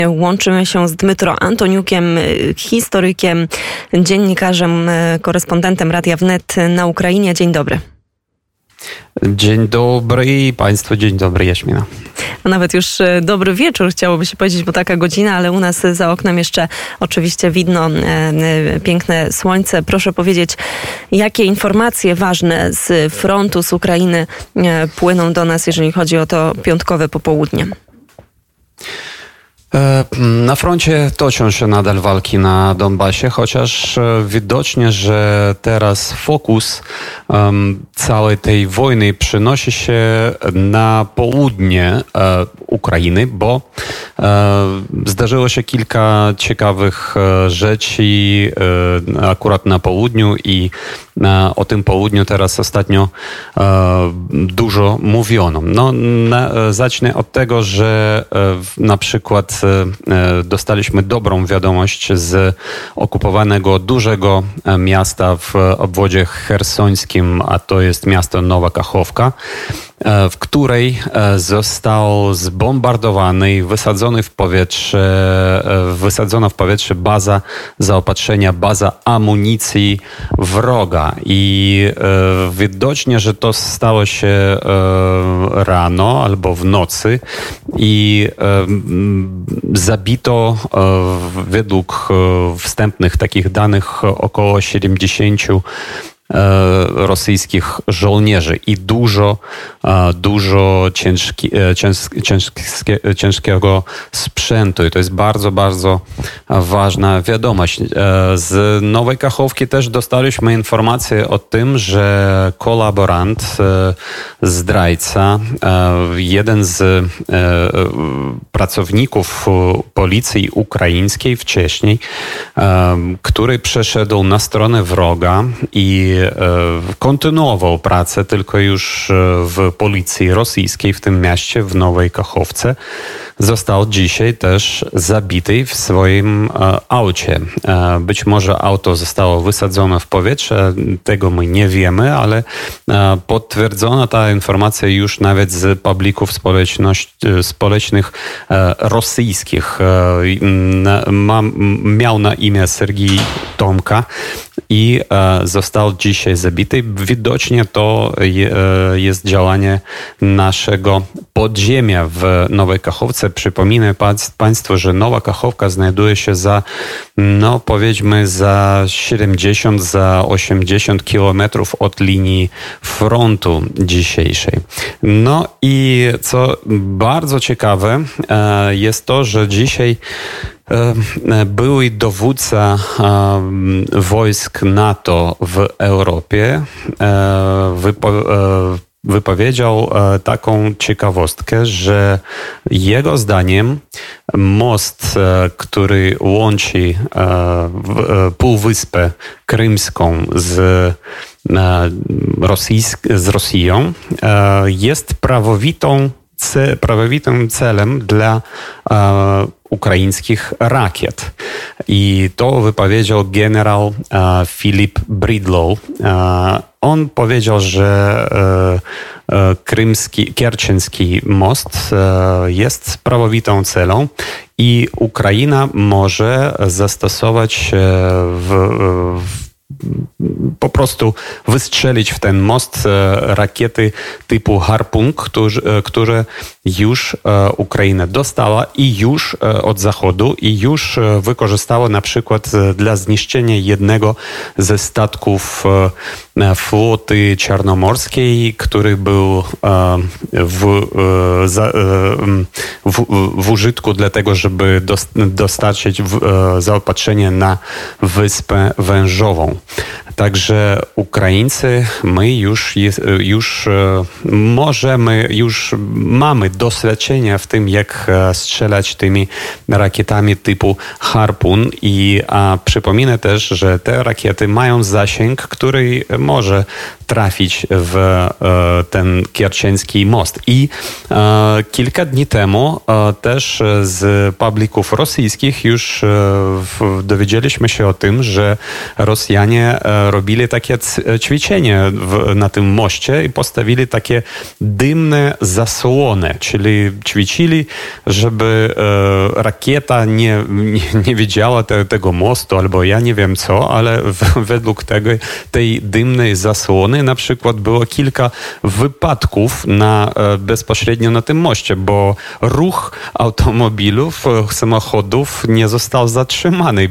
Łączymy się z Dmytro Antoniukiem, historykiem, dziennikarzem, korespondentem Radia Wnet na Ukrainie. Dzień dobry. Dzień dobry Państwu, dzień dobry Jaśmina. A nawet już dobry wieczór chciałoby się powiedzieć, bo taka godzina, ale u nas za oknem jeszcze oczywiście widno piękne słońce. Proszę powiedzieć, jakie informacje ważne z frontu, z Ukrainy płyną do nas, jeżeli chodzi o to piątkowe popołudnie? Na froncie toczą się nadal walki na Donbasie, chociaż widocznie, że teraz fokus całej tej wojny przenosi się na południe Ukrainy, bo zdarzyło się kilka ciekawych rzeczy akurat na południu i o tym południu teraz ostatnio dużo mówiono. Zacznę od tego, że na przykład dostaliśmy dobrą wiadomość z okupowanego dużego miasta w obwodzie chersońskim, a to jest miasto Nowa Kachowka, w której został zbombardowany i wysadzona w powietrze baza zaopatrzenia, baza amunicji wroga. I widocznie, że to stało się rano albo w nocy i zabito według wstępnych takich danych około 70 rosyjskich żołnierzy i dużo ciężkiego sprzętu. I to jest bardzo, bardzo ważna wiadomość. Z Nowej Kachowki też dostaliśmy informację o tym, że kolaborant, zdrajca, jeden z pracowników policji ukraińskiej wcześniej, który przeszedł na stronę wroga i kontynuował pracę tylko już w policji rosyjskiej w tym mieście, w Nowej Kachowce. Został dzisiaj też zabity w swoim aucie. Być może auto zostało wysadzone w powietrze, tego my nie wiemy, ale potwierdzona ta informacja już nawet z publików społecznych rosyjskich. Miał na imię Sergiej Tomka i został dzisiaj zabity. Widocznie to jest działanie naszego podziemia w Nowej Kachowce. Przypominam Państwu, że Nowa Kachowka znajduje się za 70, za 80 kilometrów od linii frontu dzisiejszej. No i co bardzo ciekawe jest to, że dzisiaj były dowódca wojsk NATO w Europie wypowiedział taką ciekawostkę, że jego zdaniem most, który łączy Półwyspę Krymską z Rosją, jest prawowitym celem dla ukraińskich rakiet. I to wypowiedział generał Filip Bridlow. On powiedział, że Kerczeński most jest prawowitą celą i Ukraina może zastosować po prostu wystrzelić w ten most rakiety typu Harpun, które już Ukraina dostała i już od Zachodu i już wykorzystała na przykład dla zniszczenia jednego ze statków floty czarnomorskiej, który był w użytku dlatego, żeby dostarczyć zaopatrzenie na Wyspę Wężową. Także Ukraińcy, my już mamy doświadczenia w tym, jak strzelać tymi rakietami typu Harpun i przypominę też, że te rakiety mają zasięg, który może trafić w ten Kerczeński most. I kilka dni temu też z publików rosyjskich już dowiedzieliśmy się o tym, że Rosjanie robili takie ćwiczenie na tym moście i postawili takie dymne zasłony, czyli ćwiczyli, żeby rakieta nie widziała tego mostu, albo ja nie wiem co, ale według tej dymnej zasłony na przykład było kilka wypadków bezpośrednio na tym moście, bo ruch automobilów, samochodów nie został zatrzymany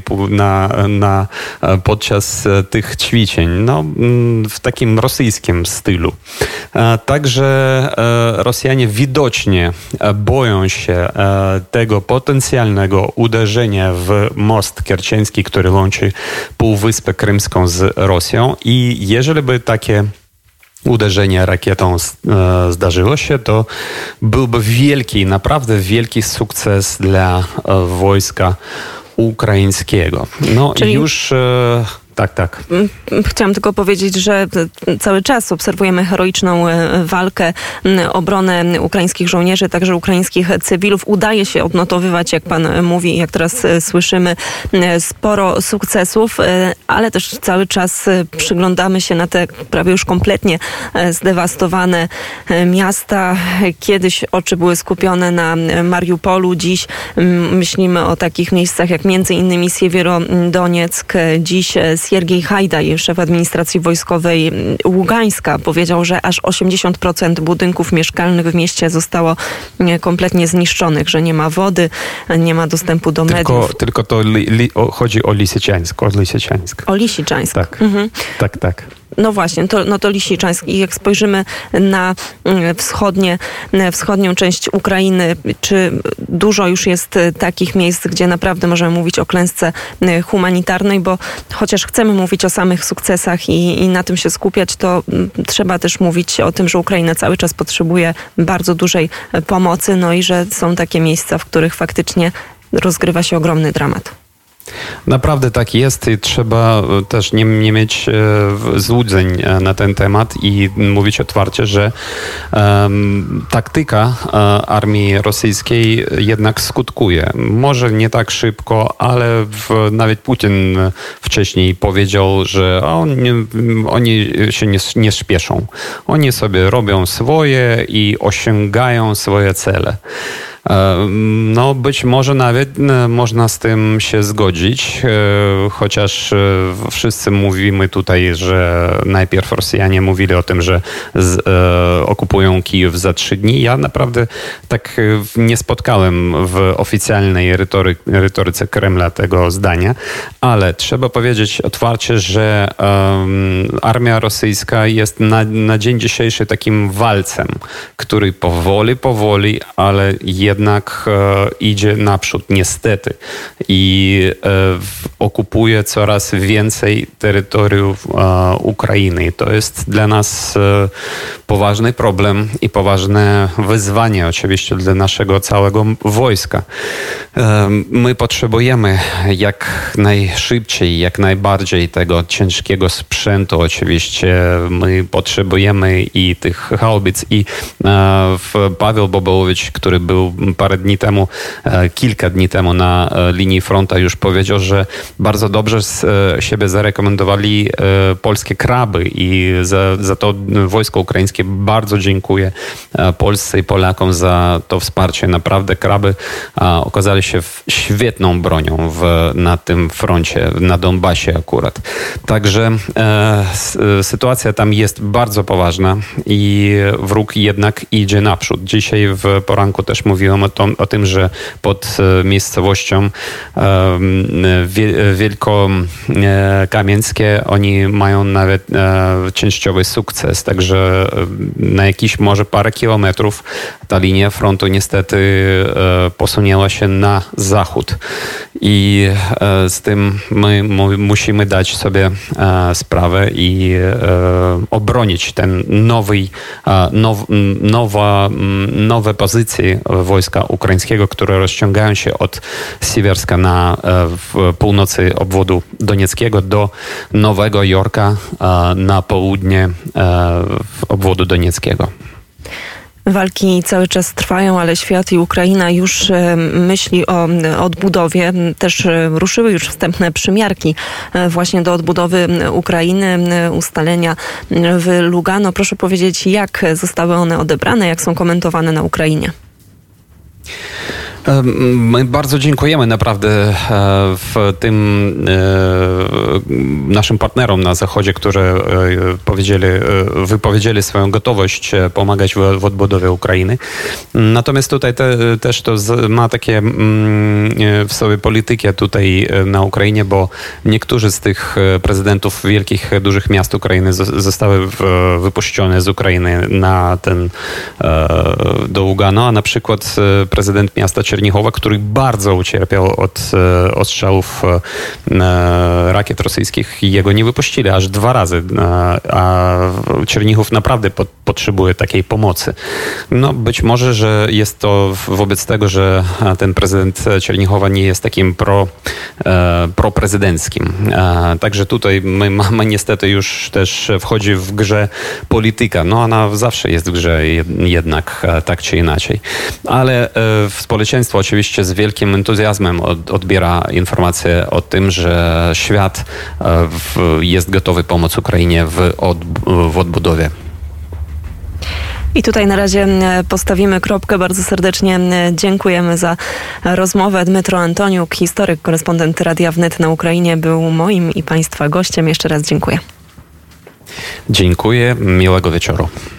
podczas tych ćwiczeń, w takim rosyjskim stylu. Także Rosjanie widocznie boją się tego potencjalnego uderzenia w most kerczeński, który łączy Półwyspę Krymską z Rosją i jeżeli by takie uderzenie rakietą zdarzyło się, to byłby naprawdę wielki sukces dla wojska ukraińskiego. Czyli... już... Tak. Chciałam tylko powiedzieć, że cały czas obserwujemy heroiczną walkę, obronę ukraińskich żołnierzy, także ukraińskich cywilów. Udaje się odnotowywać, jak pan mówi, jak teraz słyszymy, sporo sukcesów, ale też cały czas przyglądamy się na te prawie już kompletnie zdewastowane miasta. Kiedyś oczy były skupione na Mariupolu, dziś myślimy o takich miejscach jak między innymi Siewierodonieck, dziś Siergiej Hajdaj, szef administracji wojskowej Ługańska, powiedział, że aż 80% budynków mieszkalnych w mieście zostało kompletnie zniszczonych, że nie ma wody, nie ma dostępu do mediów. Tylko to chodzi o Lisiczańsk. O Lisiczańsk. Tak, tak. No właśnie, to Lisiczańsk. I jak spojrzymy na wschodnią część Ukrainy, czy dużo już jest takich miejsc, gdzie naprawdę możemy mówić o klęsce humanitarnej, bo chociaż chcemy mówić o samych sukcesach i na tym się skupiać, to trzeba też mówić o tym, że Ukraina cały czas potrzebuje bardzo dużej pomocy, i że są takie miejsca, w których faktycznie rozgrywa się ogromny dramat. Naprawdę tak jest i trzeba też nie mieć złudzeń na ten temat i mówić otwarcie, że taktyka armii rosyjskiej jednak skutkuje. Może nie tak szybko, ale nawet Putin wcześniej powiedział, że oni się nie śpieszą. Oni sobie robią swoje i osiągają swoje cele. Być może nawet można z tym się zgodzić, chociaż wszyscy mówimy tutaj, że najpierw Rosjanie mówili o tym, że okupują Kijów za 3 dni. Ja naprawdę tak nie spotkałem w oficjalnej retoryce Kremla tego zdania, ale trzeba powiedzieć otwarcie, że armia rosyjska jest na dzień dzisiejszy takim walcem, który powoli, ale jednak idzie naprzód, niestety. I okupuje coraz więcej terytoriów Ukrainy. To jest dla nas poważny problem i poważne wyzwanie oczywiście dla naszego całego wojska. My potrzebujemy jak najszybciej, jak najbardziej tego ciężkiego sprzętu. Oczywiście my potrzebujemy i tych haubic, i Paweł Bobołowicz, który był kilka dni temu na linii fronta, już powiedział, że bardzo dobrze siebie zarekomendowali polskie kraby i za to wojsko ukraińskie bardzo dziękuję Polsce i Polakom za to wsparcie. Naprawdę kraby okazali się świetną bronią na tym froncie, na Donbasie akurat. Także sytuacja tam jest bardzo poważna i wróg jednak idzie naprzód. Dzisiaj w poranku też mówiłem o tym, że pod miejscowością Wielkokamieńskie oni mają nawet częściowy sukces, także na jakieś może parę kilometrów ta linia frontu niestety posunęła się na zachód i z tym my musimy dać sobie sprawę i obronić ten nowe pozycje wojska ukraińskiego, które rozciągają się od Siewierska w północy obwodu donieckiego do Nowego Jorka na południe obwodu donieckiego. Walki cały czas trwają, ale świat i Ukraina już myśli o odbudowie. Też ruszyły już wstępne przymiarki właśnie do odbudowy Ukrainy, ustalenia w Lugano. Proszę powiedzieć, jak zostały one odebrane, jak są komentowane na Ukrainie? My bardzo dziękujemy naprawdę tym naszym partnerom na Zachodzie, które wypowiedzieli swoją gotowość pomagać w odbudowie Ukrainy. Natomiast tutaj też to ma takie w sobie politykę tutaj na Ukrainie, bo niektórzy z tych prezydentów wielkich, dużych miast Ukrainy zostały wypuszczone z Ukrainy do Lugano, a na przykład prezydent miasta Czernichowa, który bardzo ucierpiał od ostrzałów rakiet rosyjskich, jego nie wypuścili aż 2 razy, a Czernichów naprawdę potrzebuje takiej pomocy. No być może, że jest to wobec tego, że ten prezydent Czernichowa nie jest takim proprezydenckim. Także tutaj my mamy niestety już też wchodzi w grze polityka. No ona zawsze jest w grze jednak tak czy inaczej. Ale społeczeństwo oczywiście z wielkim entuzjazmem odbiera informacje o tym, że świat jest gotowy pomóc Ukrainie w odbudowie. I tutaj na razie postawimy kropkę. Bardzo serdecznie dziękujemy za rozmowę. Dmytro Antoniuk, historyk, korespondent Radia Wnet na Ukrainie, był moim i Państwa gościem. Jeszcze raz dziękuję. Dziękuję. Miłego wieczoru.